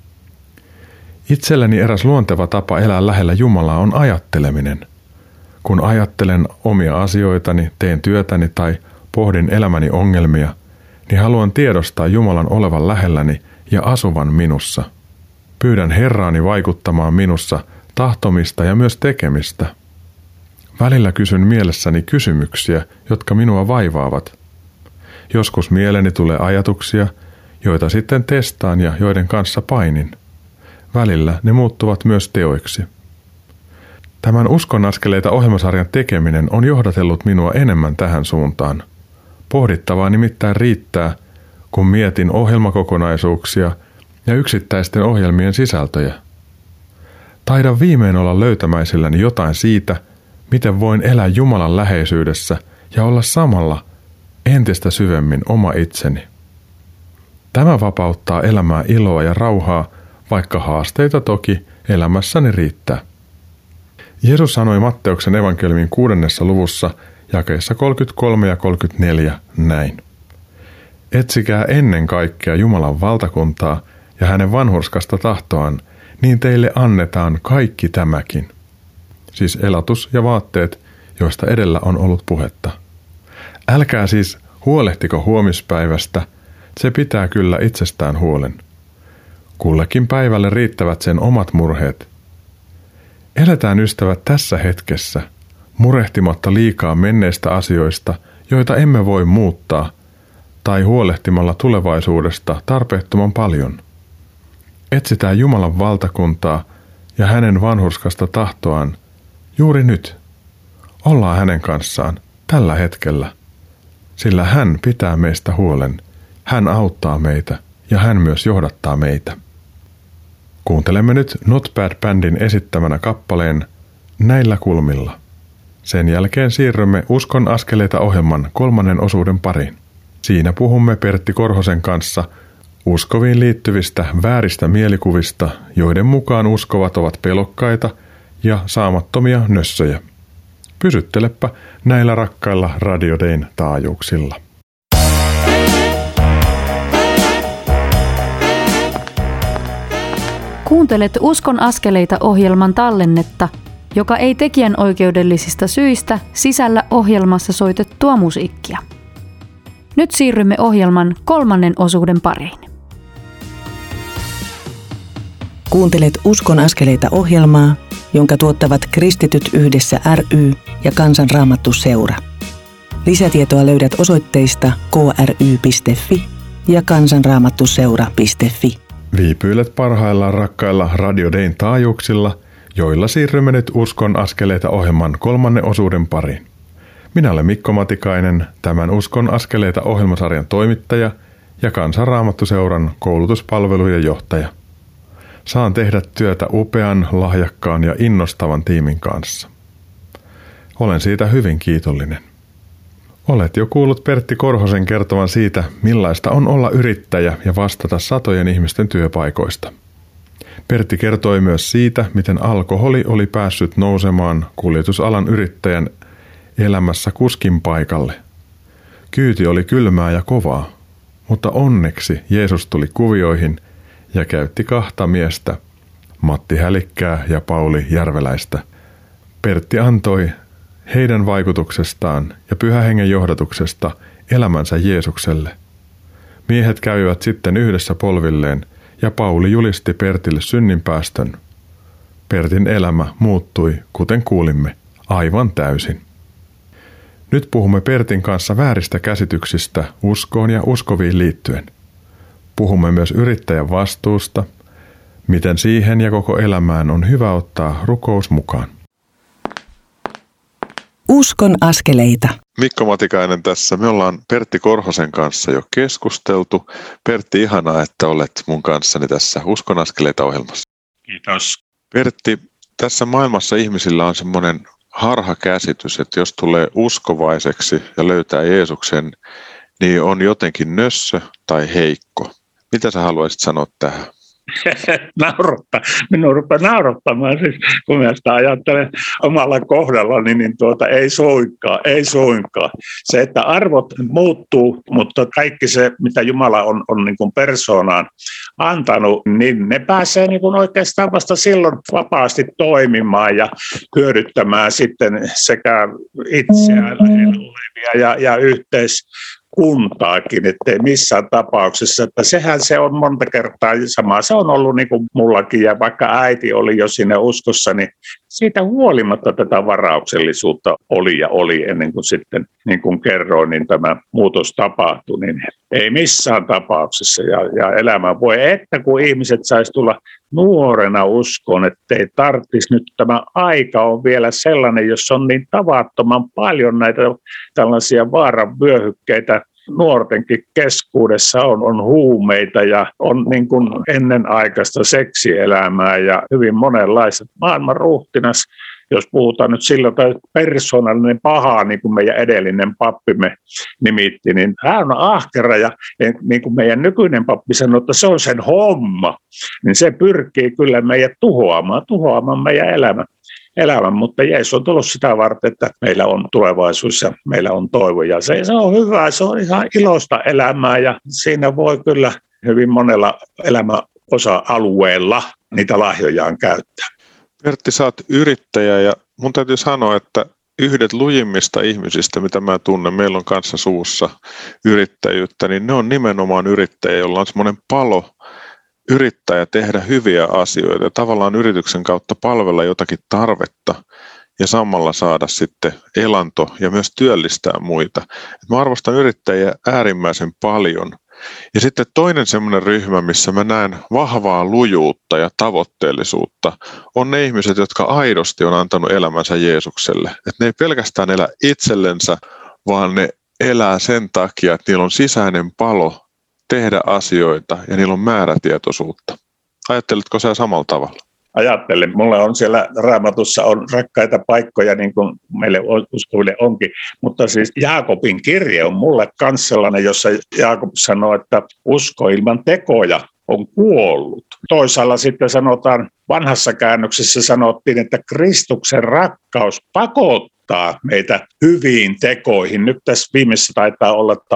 Itselleni eräs luonteva tapa elää lähellä Jumalaa on ajatteleminen. Kun ajattelen omia asioitani, teen työtäni tai pohdin elämäni ongelmia, niin haluan tiedostaa Jumalan olevan lähelläni ja asuvan minussa. Pyydän Herraani vaikuttamaan minussa tahtomista ja myös tekemistä. Välillä kysyn mielessäni kysymyksiä, jotka minua vaivaavat. Joskus mieleeni tulee ajatuksia, joita sitten testaan ja joiden kanssa painin. Välillä ne muuttuvat myös teoiksi. Tämän Uskon askeleita -ohjelmasarjan tekeminen on johdatellut minua enemmän tähän suuntaan. Pohdittavaa nimittäin riittää, kun mietin ohjelmakokonaisuuksia ja yksittäisten ohjelmien sisältöjä. Taidan viimein olla löytämäisilläni jotain siitä, miten voin elää Jumalan läheisyydessä ja olla samalla entistä syvemmin oma itseni. Tämä vapauttaa elämää iloa ja rauhaa, vaikka haasteita toki elämässäni riittää. Jeesus sanoi Matteuksen evankeliumin 6. luvussa jakeissa 33 ja 34 näin. Etsikää ennen kaikkea Jumalan valtakuntaa ja hänen vanhurskasta tahtoaan, niin teille annetaan kaikki tämäkin. Siis elatus ja vaatteet, joista edellä on ollut puhetta. Älkää siis huolehtiko huomispäivästä, se pitää kyllä itsestään huolen. Kullekin päivälle riittävät sen omat murheet. Eletään ystävät tässä hetkessä, murehtimatta liikaa menneistä asioista, joita emme voi muuttaa, tai huolehtimalla tulevaisuudesta tarpeettoman paljon. Etsitään Jumalan valtakuntaa ja hänen vanhurskasta tahtoaan juuri nyt. Ollaan hänen kanssaan tällä hetkellä, sillä hän pitää meistä huolen, hän auttaa meitä ja hän myös johdattaa meitä. Kuuntelemme nyt Not Bad-bändin esittämänä kappaleen Näillä kulmilla. Sen jälkeen siirrymme Uskon askeleita -ohjelman 3. osuuden pariin. Siinä puhumme Pertti Korhosen kanssa uskoviin liittyvistä vääristä mielikuvista, joiden mukaan uskovat ovat pelokkaita ja saamattomia nössöjä. Pysyttelepä näillä rakkailla Radio Dayn taajuuksilla. Kuuntelet Uskon askeleita -ohjelman tallennetta, joka ei tekijänoikeudellisista syistä sisällä ohjelmassa soitettua musiikkia. Nyt siirrymme ohjelman 3. osuuden pariin. Kuuntelet Uskon askeleita -ohjelmaa, jonka tuottavat Kristityt yhdessä ry ja Kansan Raamattu Seura. Lisätietoa löydät osoitteista kry.fi ja kansanraamattuseura.fi. Viipyilet parhaillaan rakkailla Radio Dayn taajuuksilla, joilla siirrymme nyt Uskon askeleita -ohjelman 3. osuuden pariin. Minä olen Mikko Matikainen, tämän Uskon askeleita -ohjelmasarjan toimittaja ja Kansan Raamattu Seuran koulutuspalvelujen johtaja. Saan tehdä työtä upean, lahjakkaan ja innostavan tiimin kanssa. Olen siitä hyvin kiitollinen. Olet jo kuullut Pertti Korhosen kertovan siitä, millaista on olla yrittäjä ja vastata satojen ihmisten työpaikoista. Pertti kertoi myös siitä, miten alkoholi oli päässyt nousemaan kuljetusalan yrittäjän elämässä kuskin paikalle. Kyyti oli kylmää ja kovaa, mutta onneksi Jeesus tuli kuvioihin ja käytti 2 miestä Matti Hälikkää ja Pauli Järveläistä. Pertti antoi heidän vaikutuksestaan ja Pyhän Hengen johdatuksesta elämänsä Jeesukselle. Miehet kävivät sitten yhdessä polvilleen ja Pauli julisti Pertille synninpäästön. Pertin elämä muuttui, kuten kuulimme, aivan täysin. Nyt puhumme Pertin kanssa vääristä käsityksistä uskoon ja uskoviin liittyen. Puhumme myös yrittäjän vastuusta, miten siihen ja koko elämään on hyvä ottaa rukous mukaan. Uskon askeleita. Mikko Matikainen tässä. Me ollaan Pertti Korhosen kanssa jo keskusteltu. Pertti, ihanaa, että olet mun kanssani tässä Uskon askeleita -ohjelmassa. Kiitos. Pertti, tässä maailmassa ihmisillä on semmoinen harhakäsitys, että jos tulee uskovaiseksi ja löytää Jeesuksen, niin on jotenkin nössö tai heikko. Mitä sä haluaisit sanoa tähän? Minun rupeaa naurattamaan, siis, kun minä sitä ajattelen omalla kohdallani, niin ei suinkaan. Se, että arvot muuttuu, mutta kaikki se, mitä Jumala on niin kuin persoonaan antanut, niin ne pääsee niin kuin oikeastaan vasta silloin vapaasti toimimaan ja hyödyttämään sitten sekä itseään olevia ja yhteiskuntaakin, ettei missään tapauksessa, että sehän se on monta kertaa sama. Se on ollut niin kuin mullakin, ja vaikka äiti oli jo siinä uskossa, niin siitä huolimatta tätä varauksellisuutta oli ennen kuin sitten, niin kuin kerroin, niin tämä muutos tapahtui, niin ei missään tapauksessa. Ja elämä voi, että kun ihmiset saisi tulla nuorena uskoon, ettei tarvitsisi nyt, tämä aika on vielä sellainen, jos on niin tavattoman paljon näitä tällaisia vaaran vyöhykkeitä nuortenkin keskuudessa, on huumeita ja on niin kuin ennenaikaista seksielämää ja hyvin monenlaista. Maailman ruhtinas, jos puhutaan nyt silloin, tai persoonallinen paha, niin kuin meidän edellinen pappimme nimitti, niin hän on ahkera, ja niin kuin meidän nykyinen pappi sanoi, että se on sen homma, niin se pyrkii kyllä meidät tuhoamaan meidän elämän, mutta Jeesus on tullut sitä varten, että meillä on tulevaisuus ja meillä on toivo, ja se on hyvä, se on ihan iloista elämää, ja siinä voi kyllä hyvin monella elämäosa-alueella niitä lahjojaan käyttää. Pertti, sä oot yrittäjä, ja mun täytyy sanoa, että yhdet lujimmista ihmisistä, mitä mä tunnen, meillä on kanssa suussa yrittäjyyttä, niin ne on nimenomaan yrittäjä, jolla on semmoinen palo yrittää tehdä hyviä asioita ja tavallaan yrityksen kautta palvella jotakin tarvetta ja samalla saada sitten elanto ja myös työllistää muita. Mä arvostan yrittäjiä äärimmäisen paljon. Ja sitten toinen semmoinen ryhmä, missä mä näen vahvaa lujuutta ja tavoitteellisuutta, on ne ihmiset, jotka aidosti on antanut elämänsä Jeesukselle. Että ne ei pelkästään elä itsellensä, vaan ne elää sen takia, että niillä on sisäinen palo tehdä asioita ja niillä on määrätietoisuutta. Ajatteletko sä samalla tavalla? Ajattelen. Mulla on siellä Raamatussa on rakkaita paikkoja, niin kuin meille uskoville onkin, mutta siis Jaakobin kirje on mulle kans sellainen, jossa Jaakob sanoo, että usko ilman tekoja on kuollut. Toisaalla sitten sanotaan, vanhassa käännöksessä sanottiin, että Kristuksen rakkaus pakottaa meitä hyviin tekoihin. Nyt tässä viimeisessä taitaa olla, että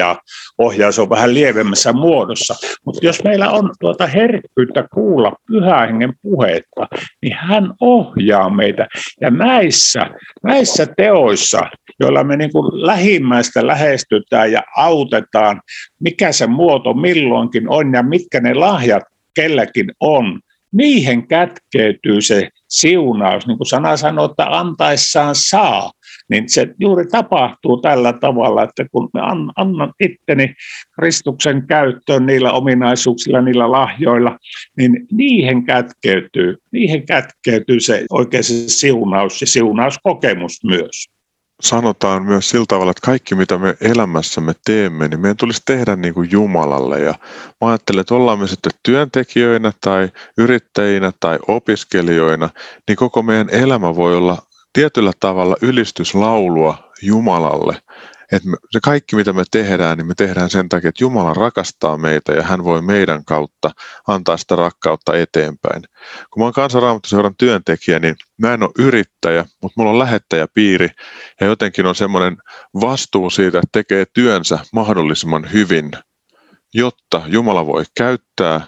ohjaa, se on vähän lievemmässä muodossa. Mutta jos meillä on herkkyyttä kuulla Pyhän Hengen puhetta, niin hän ohjaa meitä. Ja näissä teoissa, joilla me niin kuin lähimmäistä lähestytään ja autetaan, mikä se muoto milloinkin on ja mitkä ne lahjat kelläkin on, niihin kätkeytyy se siunaus, niin kuin sana sanoo, että antaessaan saa, niin se juuri tapahtuu tällä tavalla, että kun mä annan itteni Kristuksen käyttöön niillä ominaisuuksilla, niillä lahjoilla, niin niihin kätkeytyy se oikein se siunaus ja siunauskokemus myös. Sanotaan myös sillä tavalla, että kaikki mitä me elämässämme teemme, niin meidän tulisi tehdä niin kuin Jumalalle. Ja mä ajattelen, että ollaan me sitten työntekijöinä tai yrittäjinä tai opiskelijoina, niin koko meidän elämä voi olla tietyllä tavalla ylistyslaulua Jumalalle. Että se kaikki mitä me tehdään, niin me tehdään sen takia, että Jumala rakastaa meitä ja hän voi meidän kautta antaa sitä rakkautta eteenpäin. Kun mä oon Kansanraamattoseuran työntekijä, niin mä en ole yrittäjä, mutta mulla on lähettäjäpiiri ja jotenkin on semmoinen vastuu siitä, että tekee työnsä mahdollisimman hyvin, jotta Jumala voi käyttää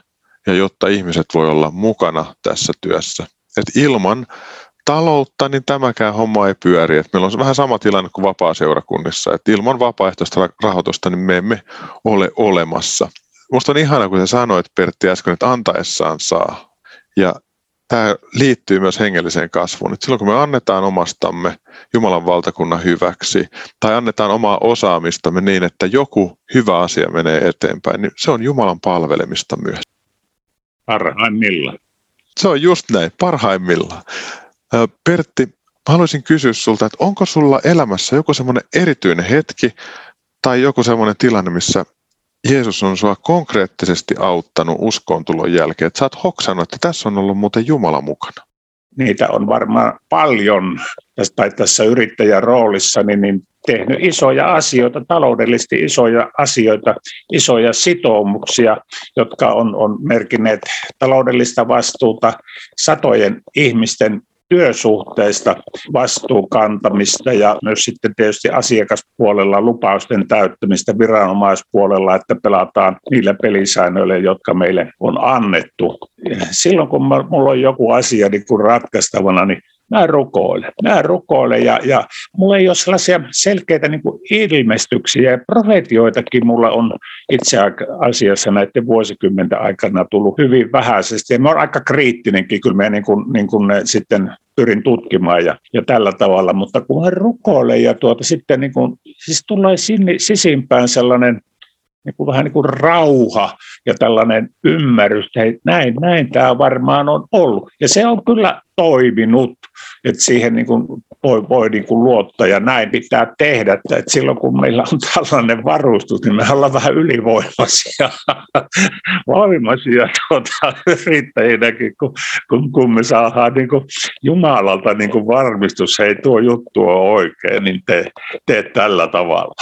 ja jotta ihmiset voi olla mukana tässä työssä. Et ilman taloutta niin tämäkään homma ei pyöri. Et meillä on vähän sama tilanne kuin vapaaseurakunnissa, että ilman vapaaehtoista rahoitusta niin me emme ole olemassa. Musta on ihana, kun sä sanoit, Pertti, äsken, että antaessaan saa. Ja tämä liittyy myös hengelliseen kasvuun. Et silloin kun me annetaan omastamme Jumalan valtakunnan hyväksi tai annetaan omaa osaamistamme niin, että joku hyvä asia menee eteenpäin, niin se on Jumalan palvelemista myös. Parhaimmillaan. Se on just näin, parhaimmillaan. Pertti, haluaisin kysyä sulta, että onko sulla elämässä joku semmoinen erityinen hetki tai joku semmoinen tilanne, missä Jeesus on sua konkreettisesti auttanut uskontulon jälkeen, että sä oot hoksannut, että tässä on ollut muuten Jumala mukana? Niitä on varmaan paljon tässä yrittäjän roolissa, niin tehnyt isoja asioita, taloudellisesti isoja asioita, isoja sitoumuksia, jotka on merkinneet taloudellista vastuuta, satojen ihmisten työsuhteista vastuunkantamista ja myös sitten tietysti asiakaspuolella lupausten täyttämistä viranomaispuolella, että pelataan niillä pelisäännöillä, jotka meille on annettu. Silloin kun mulla on joku asia niin kun ratkaistavana, niin mä rukoilen ja mulla ei ole sellaisia selkeitä niin kuin ilmestyksiä ja profetioitakin mulla on itse asiassa näiden vuosikymmenten aikana tullut hyvin vähäisesti. Ja mä oon aika kriittinenkin, kyllä mä niin kuin ne sitten pyrin tutkimaan ja tällä tavalla, mutta kun mä rukoilen ja sitten niin kuin, siis tulee sisimpään sellainen niin kuin vähän niin kuin rauha ja tällainen ymmärrys, että näin tämä varmaan on ollut. Ja se on kyllä toiminut, että siihen niin kuin voi niin kuin luottaa ja näin pitää tehdä. Että silloin kun meillä on tällainen varustus, niin me ollaan vähän ylivoimaisia yrittäjinäkin, kun me saadaan niin kuin Jumalalta niin kuin varmistus, hei tuo juttu on oikein, niin tee tällä tavalla.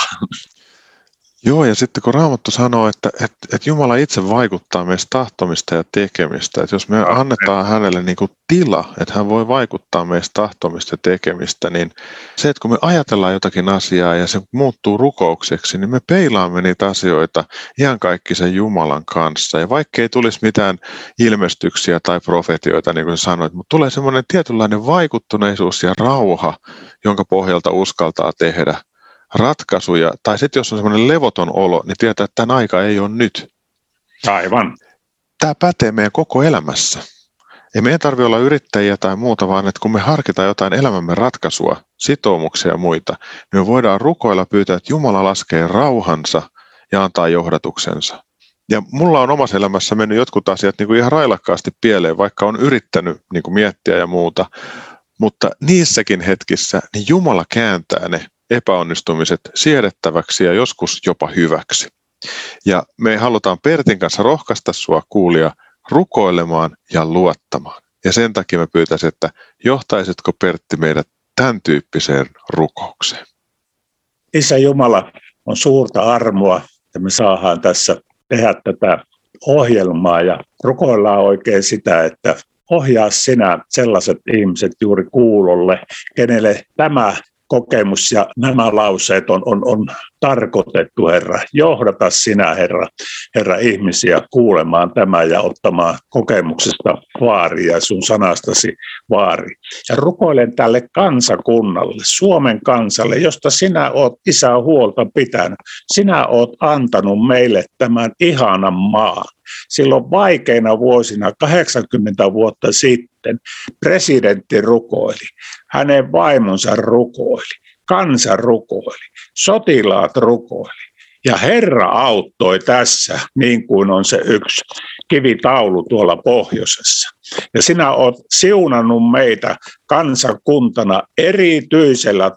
Joo, ja sitten kun Raamattu sanoo, että Jumala itse vaikuttaa meistä tahtomista ja tekemistä, että jos me annetaan hänelle niin kuin tila, että hän voi vaikuttaa meistä tahtomista ja tekemistä, niin se, että kun me ajatellaan jotakin asiaa ja se muuttuu rukoukseksi, niin me peilaamme niitä asioita iankaikkisen Jumalan kanssa. Ja vaikka ei tulisi mitään ilmestyksiä tai profetioita, niin kuin sanoit, mutta tulee semmoinen tietynlainen vaikuttuneisuus ja rauha, jonka pohjalta uskaltaa tehdä ratkaisuja, tai sitten jos on semmoinen levoton olo, niin tietää, että tämän aika ei ole nyt. Aivan. Tämä pätee meidän koko elämässä. Ei meidän tarvitse olla yrittäjiä tai muuta, vaan että kun me harkitaan jotain elämämme ratkaisua, sitoumuksia ja muita, niin me voidaan rukoilla pyytää, että Jumala laskee rauhansa ja antaa johdatuksensa. Ja mulla on omassa elämässä mennyt jotkut asiat niin kuin ihan railakkaasti pieleen, vaikka on yrittänyt niin kuin miettiä ja muuta, mutta niissäkin hetkissä niin Jumala kääntää ne epäonnistumiset siedettäväksi ja joskus jopa hyväksi. Ja me halutaan Pertin kanssa rohkaista sua kuulija rukoilemaan ja luottamaan. Ja sen takia me pyytäisin, että johtaisitko Pertti meidät tämän tyyppiseen rukoukseen? Isä Jumala, on suurta armoa, että me saadaan tässä tehdä tätä ohjelmaa ja rukoillaan oikein sitä, että ohjaa sinä sellaiset ihmiset juuri kuulolle, kenelle tämä kokemus ja nämä lauseet on tarkoitettu, Herra. Johdata sinä, Herra, ihmisiä kuulemaan tämä ja ottamaan kokemuksesta vaari ja sun sanastasi vaari. Ja rukoilen tälle kansakunnalle, Suomen kansalle, josta sinä oot, Isä, huolta pitänyt. Sinä oot antanut meille tämän ihanan maan. Silloin vaikeina vuosina, 80 vuotta sitten, presidentti rukoili, hänen vaimonsa rukoili, kansa rukoili, sotilaat rukoili. Ja Herra auttoi tässä, niin kuin on se yksi kivitaulu tuolla pohjoisessa. Ja sinä olet siunannut meitä kansakuntana erityisellä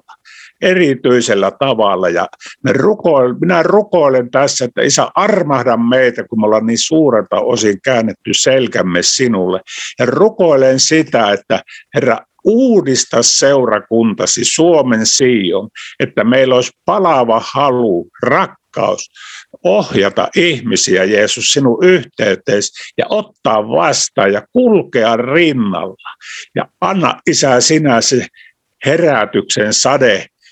tavalla. Ja minä rukoilen tässä, että Isä, armahda meitä, kun me ollaan niin suurelta osin käännetty selkämme sinulle. Ja rukoilen sitä, että Herra, uudista seurakuntasi Suomen Sion, että meillä olisi palava halu, rakkaus, ohjata ihmisiä, Jeesus, sinun yhteyteesi ja ottaa vastaan ja kulkea rinnalla. Ja anna, Isä, sinä se herätyksen sade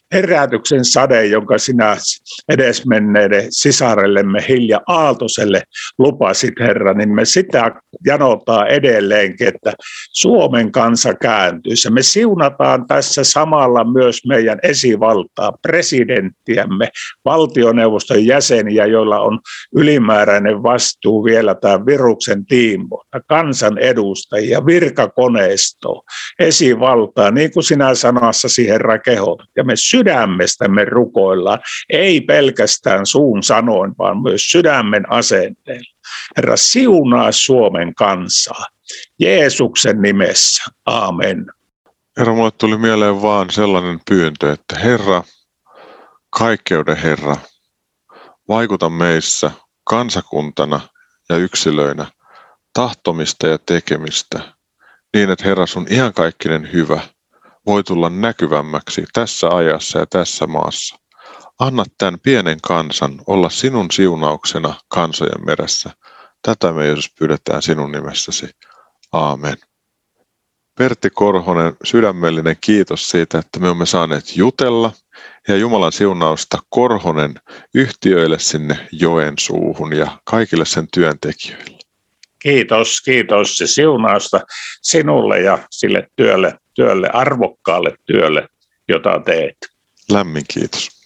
herätyksen sade, jonka sinä edesmenneiden sisarellemme Hilja Aaltoselle lupasit, Herra, niin me sitä janotaan edelleenkin, että Suomen kansa kääntyisi. Me siunataan tässä samalla myös meidän esivaltaa, presidenttiämme, valtioneuvoston jäseniä, joilla on ylimääräinen vastuu vielä tämän viruksen tiimoilta, kansanedustajia, virkakoneistoa, esivaltaa, niin kuin sinä sanassasi, Herra, kehotat. Ja me sydämestämme rukoillaan, ei pelkästään suun sanoin, vaan myös sydämen asenteella. Herra, siunaa Suomen kansaa. Jeesuksen nimessä. Aamen. Herra, mulle tuli mieleen vaan sellainen pyyntö, että Herra, kaikkeuden Herra, vaikuta meissä kansakuntana ja yksilöinä tahtomista ja tekemistä niin, että Herra, sun iankaikkinen hyvä voi tulla näkyvämmäksi tässä ajassa ja tässä maassa. Anna tämän pienen kansan olla sinun siunauksena kansojen meressä. Tätä me, Jeesus, pyydetään sinun nimessäsi. Aamen. Pertti Korhonen, sydämellinen kiitos siitä, että me olemme saaneet jutella. Ja Jumalan siunausta Korhonen yhtiöille sinne Joensuuhun ja kaikille sen työntekijöille. Kiitos ja siunausta sinulle ja sille työlle, arvokkaalle työlle, jota teet. Lämmin kiitos.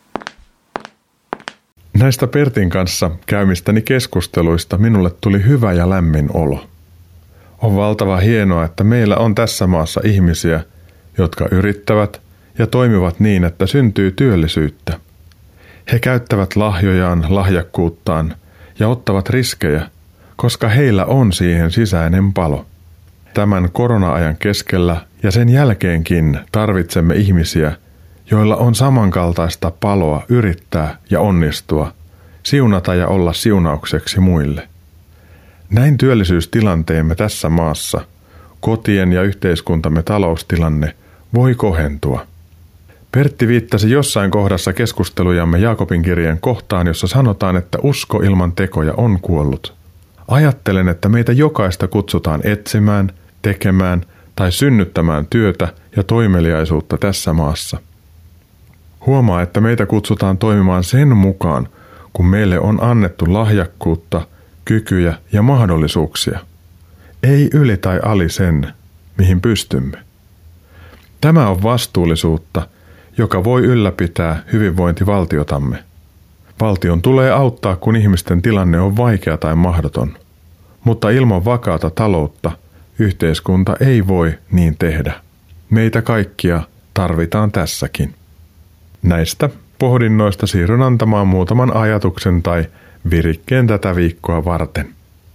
Näistä Pertin kanssa käymistäni keskusteluista minulle tuli hyvä ja lämmin olo. On valtava hienoa, että meillä on tässä maassa ihmisiä, jotka yrittävät ja toimivat niin, että syntyy työllisyyttä. He käyttävät lahjojaan, lahjakkuuttaan ja ottavat riskejä, koska heillä on siihen sisäinen palo. Tämän korona-ajan keskellä ja sen jälkeenkin tarvitsemme ihmisiä, joilla on samankaltaista paloa yrittää ja onnistua, siunata ja olla siunaukseksi muille. Näin työllisyystilanteemme tässä maassa, kotien ja yhteiskuntamme taloustilanne voi kohentua. Pertti viittasi jossain kohdassa keskustelujamme Jaakobin kirjeen kohtaan, jossa sanotaan, että usko ilman tekoja on kuollut. Ajattelen, että meitä jokaista kutsutaan etsimään, tekemään tai synnyttämään työtä ja toimeliaisuutta tässä maassa. Huomaa, että meitä kutsutaan toimimaan sen mukaan, kun meille on annettu lahjakkuutta, kykyjä ja mahdollisuuksia. Ei yli tai ali sen, mihin pystymme. Tämä on vastuullisuutta, joka voi ylläpitää hyvinvointivaltiotamme. Valtion tulee auttaa, kun ihmisten tilanne on vaikea tai mahdoton. Mutta ilman vakaata taloutta yhteiskunta ei voi niin tehdä. Meitä kaikkia tarvitaan tässäkin. Näistä pohdinnoista siirryn antamaan muutaman ajatuksen tai virikkeen tätä viikkoa varten.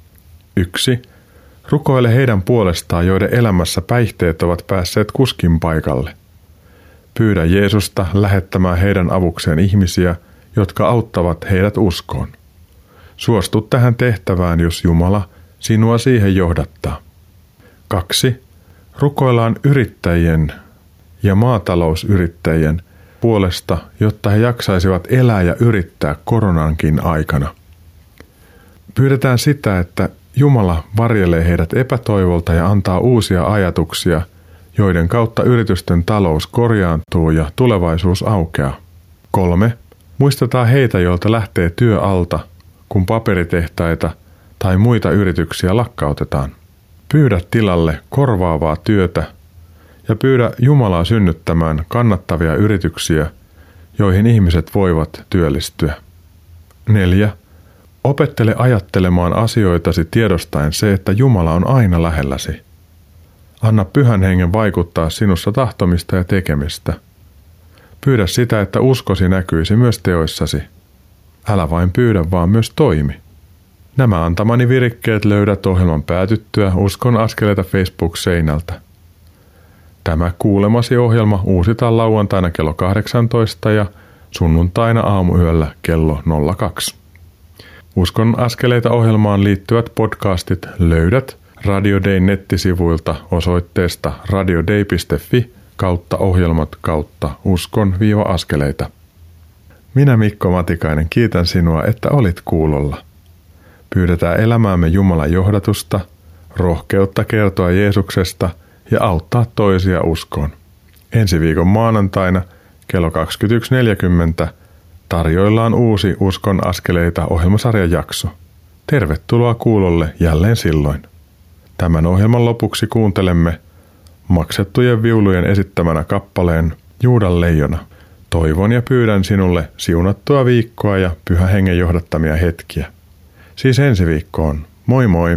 1. Rukoile heidän puolestaan, joiden elämässä päihteet ovat päässeet kuskin paikalle. Pyydä Jeesusta lähettämään heidän avukseen ihmisiä, jotka auttavat heidät uskoon. Suostu tähän tehtävään, jos Jumala sinua siihen johdattaa. 2. Rukoillaan yrittäjien ja maatalousyrittäjien puolesta, jotta he jaksaisivat elää ja yrittää koronankin aikana. Pyydetään sitä, että Jumala varjelee heidät epätoivolta ja antaa uusia ajatuksia, joiden kautta yritysten talous korjaantuu ja tulevaisuus aukeaa. 3. Muistetaan heitä, joilta lähtee työ alta, kun paperitehtaita tai muita yrityksiä lakkautetaan. Pyydä tilalle korvaavaa työtä ja pyydä Jumalaa synnyttämään kannattavia yrityksiä, joihin ihmiset voivat työllistyä. 4. Opettele ajattelemaan asioitasi tiedostaen se, että Jumala on aina lähelläsi. Anna Pyhän Hengen vaikuttaa sinussa tahtomista ja tekemistä. Pyydä sitä, että uskosi näkyisi myös teoissasi. Älä vain pyydä, vaan myös toimi. Nämä antamani virikkeet löydät ohjelman päätyttyä Uskon askeleita Facebook-seinältä. Tämä kuulemasi ohjelma uusitaan lauantaina kello 18 ja sunnuntaina aamuyöllä kello 02. Uskon askeleita ohjelmaan liittyvät podcastit löydät Radio Dayn nettisivuilta osoitteesta radioday.fi/ohjelmat/uskon-askeleita. Minä Mikko Matikainen kiitän sinua, että olit kuulolla. Pyydetään elämäämme Jumalan johdatusta, rohkeutta kertoa Jeesuksesta ja auttaa toisia uskoon. Ensi viikon maanantaina kello 21.40 tarjoillaan uusi Uskon askeleita -ohjelmasarjan jakso. Tervetuloa kuulolle jälleen silloin. Tämän ohjelman lopuksi kuuntelemme maksettujen viulujen esittämänä kappaleen Juudan leijona. Toivon ja pyydän sinulle siunattua viikkoa ja Pyhän Hengen johdattamia hetkiä. Siis ensi viikkoon. Moi moi!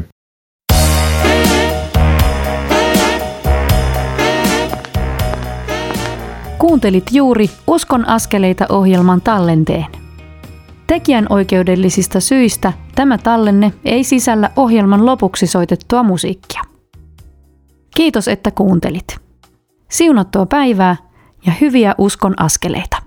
Kuuntelit juuri Uskon askeleita -ohjelman tallenteen. Tekijän oikeudellisista syistä tämä tallenne ei sisällä ohjelman lopuksi soitettua musiikkia. Kiitos, että kuuntelit. Siunattua päivää ja hyviä uskon askeleita.